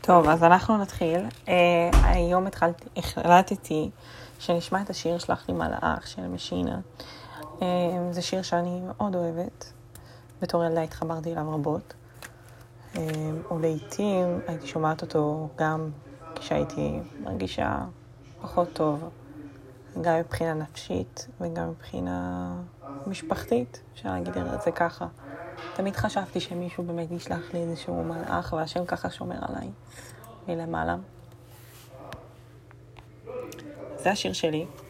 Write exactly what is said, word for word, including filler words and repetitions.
טוב, אז אנחנו נתחיל. Uh, היום התחלתי, החלטתי שנשמע את השיר שלח לי מלאך של משינה. Uh, זה שיר שאני מאוד אוהבת. בתור ילדה התחברתי אליו רבות. Uh, ולעיתים הייתי שומעת אותו גם כשהייתי מרגישה פחות טוב. גם מבחינה נפשית וגם מבחינה משפחתית, אפשר להגיד את זה ככה. תמיד חשבתי שמישהו באמת ישלח לי איזשהו מלאך, והשם ככה שומר עליי מלמעלה. זה השיר שלי.